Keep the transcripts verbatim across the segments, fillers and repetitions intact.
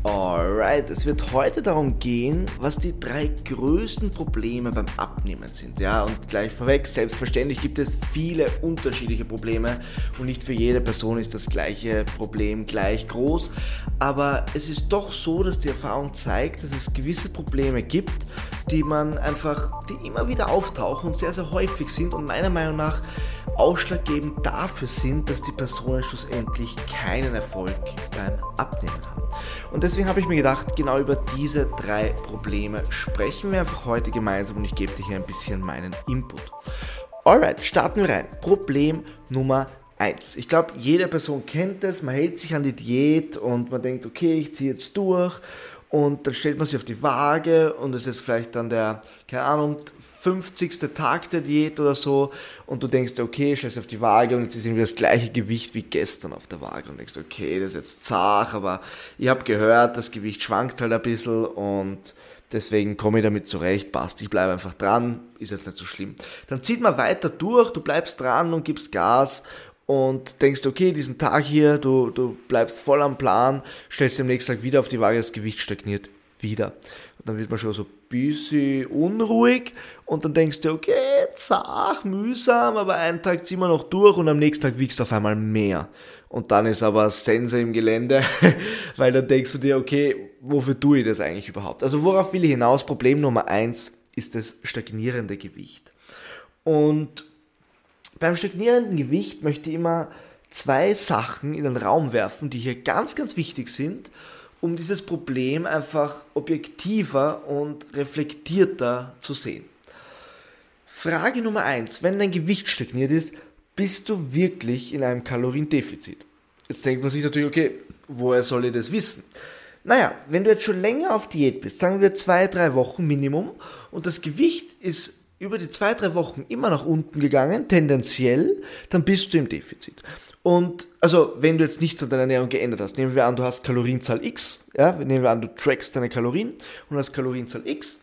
Alright, es wird heute darum gehen, was die drei größten Probleme beim Abnehmen sind. Ja, und gleich vorweg, selbstverständlich gibt es viele unterschiedliche Probleme und nicht für jede Person ist das gleiche Problem gleich groß. Aber es ist doch so, dass die Erfahrung zeigt, dass es gewisse Probleme gibt, die man einfach, die immer wieder auftauchen und sehr, sehr häufig sind und meiner Meinung nach ausschlaggebend dafür sind, dass die Personen schlussendlich keinen Erfolg beim Abnehmen haben. Und deswegen habe ich mir gedacht, genau über diese drei Probleme sprechen wir einfach heute gemeinsam und ich gebe dir hier ein bisschen meinen Input. Alright, starten wir rein. Problem Nummer eins. Ich glaube, jede Person kennt es, man hält sich an die Diät und man denkt, okay, ich ziehe jetzt durch. Und dann stellt man sich auf die Waage und es ist vielleicht dann der, keine Ahnung, fünfzigste Tag der Diät oder so und du denkst, okay, stellst auf die Waage und jetzt ist irgendwie das gleiche Gewicht wie gestern auf der Waage und denkst, okay, das ist jetzt zart, aber ich habe gehört, das Gewicht schwankt halt ein bisschen und deswegen komme ich damit zurecht, passt, ich bleibe einfach dran, ist jetzt nicht so schlimm. Dann zieht man weiter durch, du bleibst dran und gibst Gas und denkst, okay, diesen Tag hier, du, du bleibst voll am Plan, stellst dir am nächsten Tag wieder auf die Waage, das Gewicht stagniert wieder. Und dann wird man schon so ein bisschen unruhig und dann denkst du, okay, zart, mühsam, aber einen Tag ziehen wir noch durch und am nächsten Tag wiegst du auf einmal mehr. Und dann ist aber Sense im Gelände, weil dann denkst du dir, okay, wofür tue ich das eigentlich überhaupt? Also worauf will ich hinaus? Problem Nummer eins ist das stagnierende Gewicht. Und beim stagnierenden Gewicht möchte ich immer zwei Sachen in den Raum werfen, die hier ganz, ganz wichtig sind, um dieses Problem einfach objektiver und reflektierter zu sehen. Frage Nummer eins, wenn dein Gewicht stagniert ist, bist du wirklich in einem Kaloriendefizit? Jetzt denkt man sich natürlich, okay, woher soll ich das wissen? Naja, wenn du jetzt schon länger auf Diät bist, sagen wir zwei, drei Wochen Minimum, und das Gewicht ist über die zwei, drei Wochen immer nach unten gegangen, tendenziell, dann bist du im Defizit. Und also, wenn du jetzt nichts an deiner Ernährung geändert hast, nehmen wir an, du hast Kalorienzahl X, ja, nehmen wir an, du trackst deine Kalorien und hast Kalorienzahl X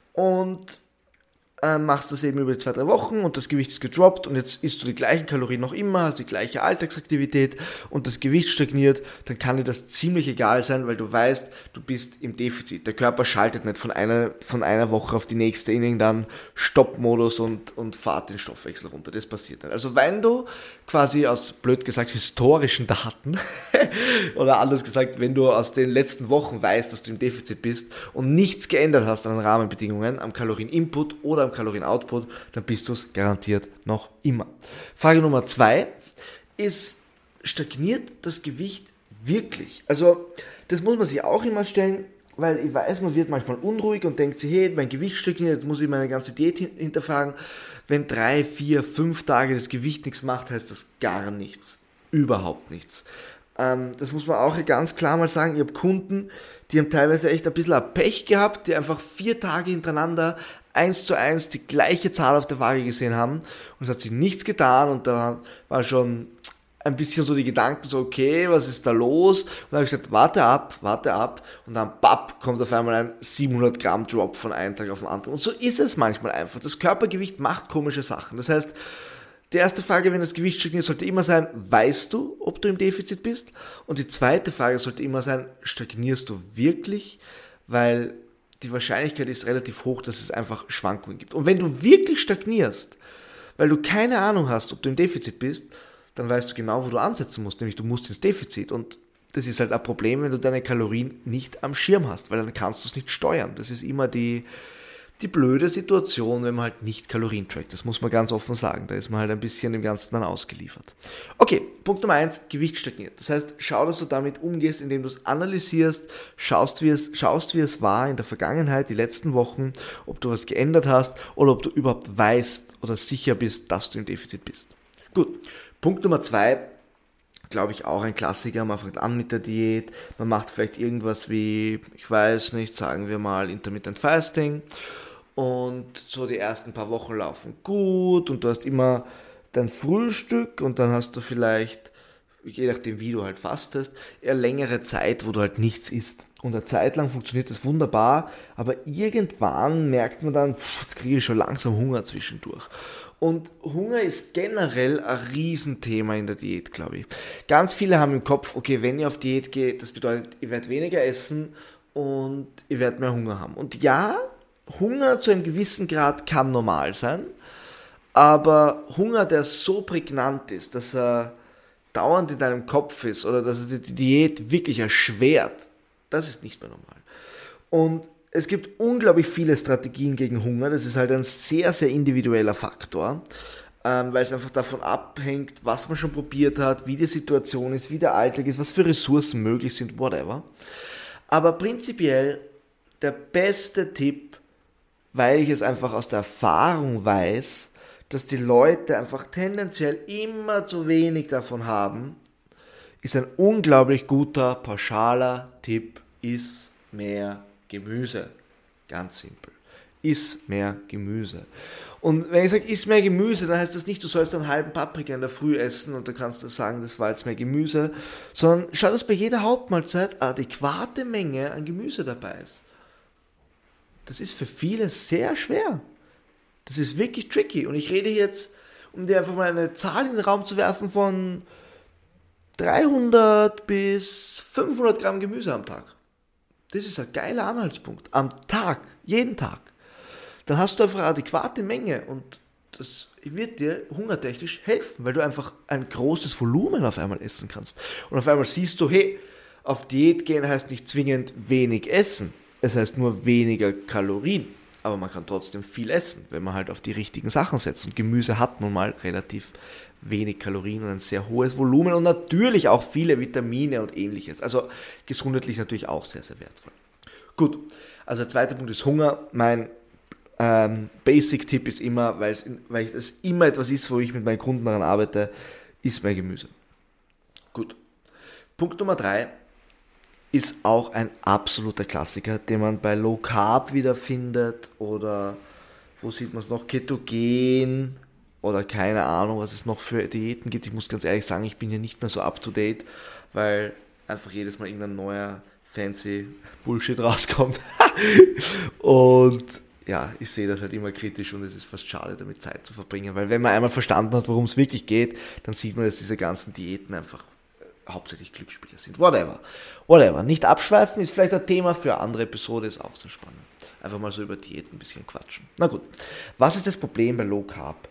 und äh, machst das eben über die zwei, drei Wochen und das Gewicht ist gedroppt und jetzt isst du die gleichen Kalorien noch immer, hast die gleiche Alltagsaktivität und das Gewicht stagniert, dann kann dir das ziemlich egal sein, weil du weißt, du bist im Defizit. Der Körper schaltet nicht von einer, von einer Woche auf die nächste in irgendeinen Stoppmodus und, und fahrt den Stoffwechsel runter. Das passiert nicht. Also wenn du quasi aus, blöd gesagt, historischen Daten oder anders gesagt, wenn du aus den letzten Wochen weißt, dass du im Defizit bist und nichts geändert hast an den Rahmenbedingungen, am Kalorieninput oder am Kalorien-Output, dann bist du es garantiert noch immer. Frage Nummer zwei ist, stagniert das Gewicht wirklich? Also das muss man sich auch immer stellen, weil ich weiß, man wird manchmal unruhig und denkt sich, hey, mein Gewicht stagniert, jetzt muss ich meine ganze Diät hinterfragen. Wenn drei, vier, fünf Tage das Gewicht nichts macht, heißt das gar nichts. Überhaupt nichts. Ähm, das muss man auch ganz klar mal sagen. Ich habe Kunden, die haben teilweise echt ein bisschen ein Pech gehabt, die einfach vier Tage hintereinander eins zu eins die gleiche Zahl auf der Waage gesehen haben und es hat sich nichts getan und da war schon ein bisschen so die Gedanken so, okay, was ist da los? Und dann habe ich gesagt, warte ab, warte ab und dann bapp, kommt auf einmal ein siebenhundert Gramm Drop von einem Tag auf den anderen und so ist es manchmal einfach. Das Körpergewicht macht komische Sachen. Das heißt, die erste Frage, wenn das Gewicht stagniert, sollte immer sein, weißt du, ob du im Defizit bist? Und die zweite Frage sollte immer sein, stagnierst du wirklich? Weil die Wahrscheinlichkeit ist relativ hoch, dass es einfach Schwankungen gibt. Und wenn du wirklich stagnierst, weil du keine Ahnung hast, ob du im Defizit bist, dann weißt du genau, wo du ansetzen musst, nämlich du musst ins Defizit. Und das ist halt ein Problem, wenn du deine Kalorien nicht am Schirm hast, weil dann kannst du es nicht steuern. Das ist immer die, die blöde Situation, wenn man halt nicht Kalorien trackt. Das muss man ganz offen sagen. Da ist man halt ein bisschen dem Ganzen dann ausgeliefert. Okay, Punkt Nummer eins, Gewicht stagniert. Das heißt, schau, dass du damit umgehst, indem du es analysierst, schaust wie, es, schaust, wie es war in der Vergangenheit, die letzten Wochen, ob du was geändert hast oder ob du überhaupt weißt oder sicher bist, dass du im Defizit bist. Gut, Punkt Nummer zwei, glaube ich auch ein Klassiker, man fängt an mit der Diät, man macht vielleicht irgendwas wie, ich weiß nicht, sagen wir mal Intermittent Fasting und so die ersten paar Wochen laufen gut und du hast immer dein Frühstück und dann hast du vielleicht, je nachdem wie du halt fastest, eher längere Zeit, wo du halt nichts isst. Und eine Zeit lang funktioniert das wunderbar, aber irgendwann merkt man dann, pff, jetzt kriege ich schon langsam Hunger zwischendurch. Und Hunger ist generell ein Riesenthema in der Diät, glaube ich. Ganz viele haben im Kopf, okay, wenn ihr auf Diät geht, das bedeutet, ihr werdet weniger essen und ihr werdet mehr Hunger haben. Und ja, Hunger zu einem gewissen Grad kann normal sein, aber Hunger, der so prägnant ist, dass er dauernd in deinem Kopf ist oder dass er die Diät wirklich erschwert, das ist nicht mehr normal. Und es gibt unglaublich viele Strategien gegen Hunger. Das ist halt ein sehr, sehr individueller Faktor, ähm, weil es einfach davon abhängt, was man schon probiert hat, wie die Situation ist, wie der Alltag ist, was für Ressourcen möglich sind, whatever. Aber prinzipiell der beste Tipp, weil ich es einfach aus der Erfahrung weiß, dass die Leute einfach tendenziell immer zu wenig davon haben, ist ein unglaublich guter, pauschaler Tipp, iss mehr Gemüse. Ganz simpel. Iss mehr Gemüse. Und wenn ich sage, iss mehr Gemüse, dann heißt das nicht, du sollst einen halben Paprika in der Früh essen und dann kannst du sagen, das war jetzt mehr Gemüse, sondern schau, dass bei jeder Hauptmahlzeit eine adäquate Menge an Gemüse dabei ist. Das ist für viele sehr schwer. Das ist wirklich tricky. Und ich rede jetzt, um dir einfach mal eine Zahl in den Raum zu werfen, von dreihundert bis fünfhundert Gramm Gemüse am Tag. Das ist ein geiler Anhaltspunkt. Am Tag, jeden Tag. Dann hast du einfach eine adäquate Menge und das wird dir hungertechnisch helfen, weil du einfach ein großes Volumen auf einmal essen kannst. Und auf einmal siehst du, hey, auf Diät gehen heißt nicht zwingend wenig essen. Es heißt nur weniger Kalorien. Aber man kann trotzdem viel essen, wenn man halt auf die richtigen Sachen setzt. Und Gemüse hat nun mal relativ wenig Kalorien und ein sehr hohes Volumen und natürlich auch viele Vitamine und ähnliches. Also gesundheitlich natürlich auch sehr, sehr wertvoll. Gut, also der zweite Punkt ist Hunger. Mein ähm, Basic-Tipp ist immer, weil es, weil es immer etwas ist, wo ich mit meinen Kunden daran arbeite, ist mehr Gemüse. Gut. Punkt Nummer drei ist auch ein absoluter Klassiker, den man bei Low Carb wiederfindet oder wo sieht man es noch, Ketogen oder keine Ahnung, was es noch für Diäten gibt. Ich muss ganz ehrlich sagen, ich bin hier nicht mehr so up to date, weil einfach jedes Mal irgendein neuer fancy Bullshit rauskommt. Und ja, ich sehe das halt immer kritisch und es ist fast schade, damit Zeit zu verbringen, weil wenn man einmal verstanden hat, worum es wirklich geht, dann sieht man, dass diese ganzen Diäten einfach hauptsächlich Glücksspiele sind. Whatever. Whatever. Nicht abschweifen, ist vielleicht ein Thema für eine andere Episode, ist auch sehr spannend. Einfach mal so über Diäten ein bisschen quatschen. Na gut. Was ist das Problem bei Low Carb?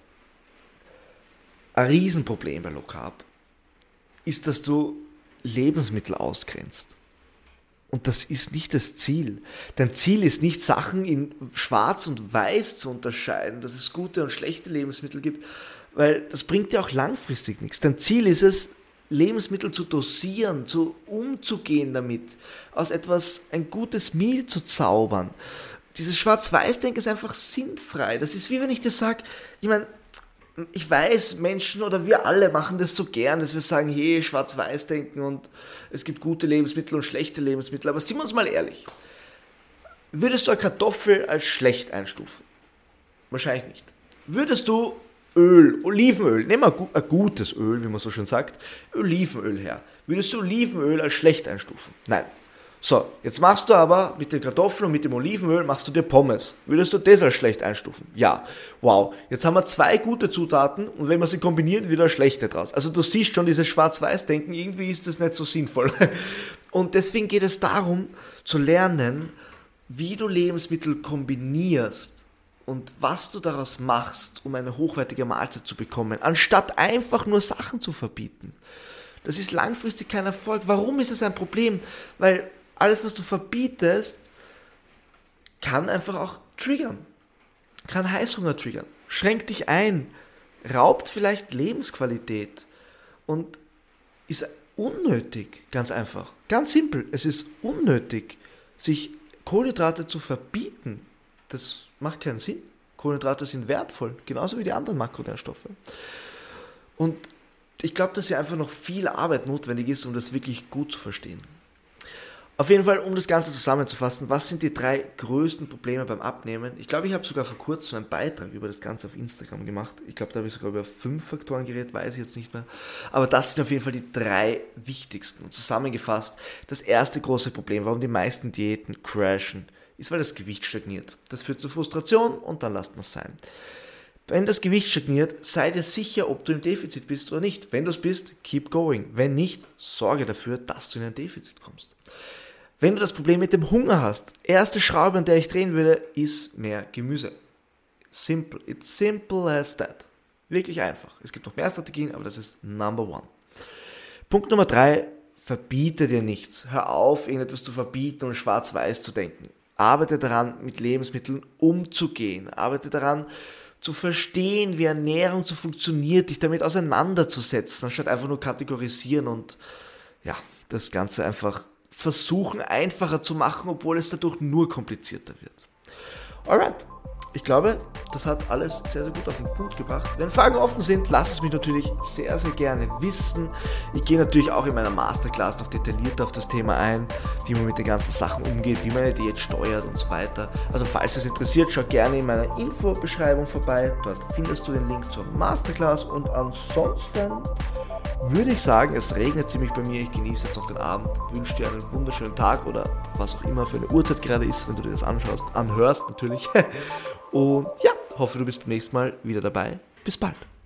Ein Riesenproblem bei Low Carb ist, dass du Lebensmittel ausgrenzt. Und das ist nicht das Ziel. Dein Ziel ist nicht, Sachen in schwarz und weiß zu unterscheiden, dass es gute und schlechte Lebensmittel gibt, weil das bringt dir auch langfristig nichts. Dein Ziel ist es, Lebensmittel zu dosieren, zu umzugehen damit, aus etwas ein gutes Meal zu zaubern. Dieses Schwarz-Weiß-Denken ist einfach sinnfrei. Das ist wie wenn ich dir sage, ich meine, ich weiß, Menschen oder wir alle machen das so gern, dass wir sagen, hey, Schwarz-Weiß-Denken und es gibt gute Lebensmittel und schlechte Lebensmittel. Aber sind wir uns mal ehrlich, würdest du eine Kartoffel als schlecht einstufen? Wahrscheinlich nicht. Würdest du Öl, Olivenöl, nehmen wir ein gutes Öl, wie man so schön sagt, Olivenöl her. Würdest du Olivenöl als schlecht einstufen? Nein. So, jetzt machst du aber mit den Kartoffeln und mit dem Olivenöl machst du dir Pommes. Würdest du das als schlecht einstufen? Ja. Wow. Jetzt haben wir zwei gute Zutaten und wenn man sie kombiniert, wird eine schlechte draus. Also du siehst schon dieses Schwarz-Weiß-Denken, irgendwie ist das nicht so sinnvoll. Und deswegen geht es darum, zu lernen, wie du Lebensmittel kombinierst und was du daraus machst, um eine hochwertige Mahlzeit zu bekommen, anstatt einfach nur Sachen zu verbieten. Das ist langfristig kein Erfolg. Warum ist es ein Problem? Weil alles, was du verbietest, kann einfach auch triggern. Kann Heißhunger triggern. Schränkt dich ein. Raubt vielleicht Lebensqualität. Und ist unnötig, ganz einfach. Ganz simpel. Es ist unnötig, sich Kohlenhydrate zu verbieten. Das macht keinen Sinn. Kohlenhydrate sind wertvoll, genauso wie die anderen Makronährstoffe. Und ich glaube, dass hier einfach noch viel Arbeit notwendig ist, um das wirklich gut zu verstehen. Auf jeden Fall, um das Ganze zusammenzufassen, was sind die drei größten Probleme beim Abnehmen? Ich glaube, ich habe sogar vor kurzem einen Beitrag über das Ganze auf Instagram gemacht. Ich glaube, da habe ich sogar über fünf Faktoren geredet, weiß ich jetzt nicht mehr. Aber das sind auf jeden Fall die drei wichtigsten. Und zusammengefasst, das erste große Problem, warum die meisten Diäten crashen, ist, weil das Gewicht stagniert. Das führt zu Frustration und dann lasst man es sein. Wenn das Gewicht stagniert, sei dir sicher, ob du im Defizit bist oder nicht. Wenn du es bist, keep going. Wenn nicht, sorge dafür, dass du in ein Defizit kommst. Wenn du das Problem mit dem Hunger hast, erste Schraube, an der ich drehen würde, ist mehr Gemüse. Simple. It's simple as that. Wirklich einfach. Es gibt noch mehr Strategien, aber das ist number one. Punkt Nummer drei, verbiete dir nichts. Hör auf, irgendetwas zu verbieten und schwarz-weiß zu denken. Arbeite daran, mit Lebensmitteln umzugehen. Arbeite daran, zu verstehen, wie Ernährung so funktioniert, dich damit auseinanderzusetzen, anstatt einfach nur kategorisieren und ja, das Ganze einfach versuchen einfacher zu machen, obwohl es dadurch nur komplizierter wird. Alright, ich glaube, das hat alles sehr, sehr gut auf den Punkt gebracht. Wenn Fragen offen sind, lass es mich natürlich sehr, sehr gerne wissen. Ich gehe natürlich auch in meiner Masterclass noch detaillierter auf das Thema ein, wie man mit den ganzen Sachen umgeht, wie man eine Diät steuert und so weiter. Also falls es interessiert, schau gerne in meiner Infobeschreibung vorbei. Dort findest du den Link zur Masterclass und ansonsten würde ich sagen, es regnet ziemlich bei mir, ich genieße jetzt noch den Abend, wünsche dir einen wunderschönen Tag oder was auch immer für eine Uhrzeit gerade ist, wenn du dir das anschaust, anhörst natürlich. Und ja, hoffe du bist beim nächsten Mal wieder dabei. Bis bald.